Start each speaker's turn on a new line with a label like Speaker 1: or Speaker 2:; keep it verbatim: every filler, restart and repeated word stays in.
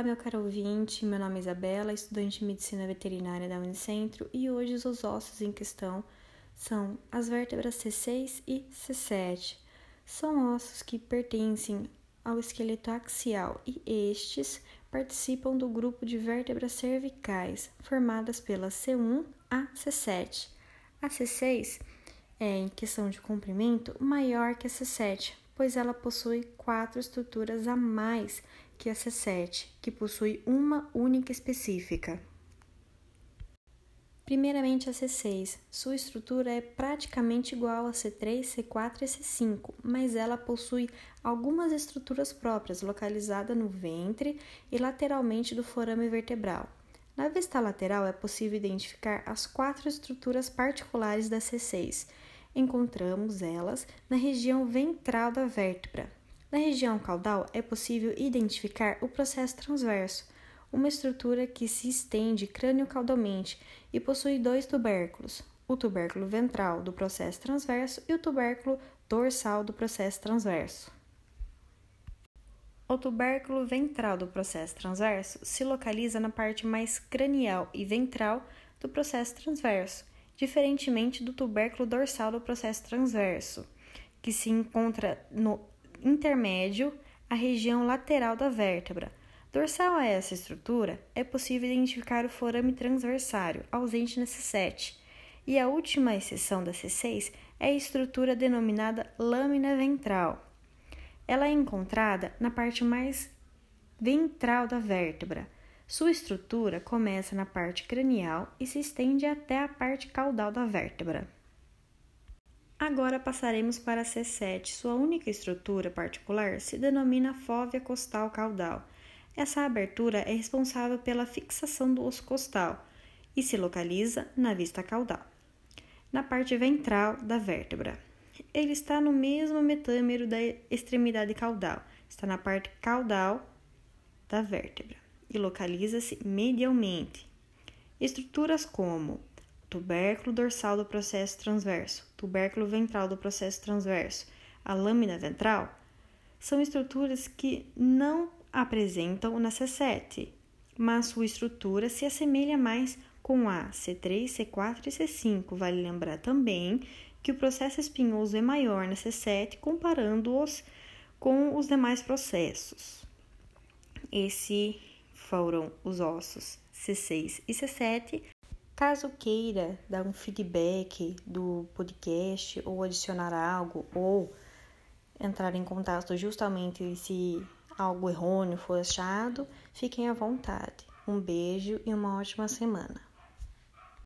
Speaker 1: meu caro ouvinte, meu nome é Isabela, estudante de Medicina Veterinária da Unicentro, e hoje os ossos em questão são as vértebras C seis e C sete. São ossos que pertencem ao esqueleto axial e estes participam do grupo de vértebras cervicais, formadas pelas C um a C sete. A C seis é, em questão de comprimento, maior que a C sete, pois ela possui quatro estruturas a mais que a C sete, que possui uma única específica. Primeiramente, a C seis. Sua estrutura é praticamente igual a C três, C quatro e C cinco, mas ela possui algumas estruturas próprias, localizadas no ventre e lateralmente do forame vertebral. Na vista lateral, é possível identificar as quatro estruturas particulares da C seis. Encontramos elas na região ventral da vértebra. Na região caudal, é possível identificar o processo transverso, uma estrutura que se estende crânio-caudalmente e possui dois tubérculos, o tubérculo ventral do processo transverso e o tubérculo dorsal do processo transverso. O tubérculo ventral do processo transverso se localiza na parte mais cranial e ventral do processo transverso, diferentemente do tubérculo dorsal do processo transverso, que se encontra no intermédio à região lateral da vértebra. Dorsal a essa estrutura, é possível identificar o forame transversário, ausente na C sete, e a última exceção da C seis é a estrutura denominada lâmina ventral. Ela é encontrada na parte mais ventral da vértebra. Sua estrutura começa na parte cranial e se estende até a parte caudal da vértebra. Agora passaremos para a C sete. Sua única estrutura particular se denomina fóvea costal caudal. Essa abertura é responsável pela fixação do osso costal e se localiza na vista caudal, na parte ventral da vértebra. Ele está no mesmo metâmero da extremidade caudal, está na parte caudal da vértebra e localiza-se medialmente. Estruturas como tubérculo dorsal do processo transverso, tubérculo ventral do processo transverso, a lâmina ventral, são estruturas que não apresentam na C sete, mas sua estrutura se assemelha mais com a C três, C quatro e C cinco. Vale lembrar também que o processo espinhoso é maior na C sete, comparando-os com os demais processos. Esses foram os ossos C seis e C sete. Caso queira dar um feedback do podcast ou adicionar algo ou entrar em contato justamente se algo errôneo for achado, fiquem à vontade. Um beijo e uma ótima semana.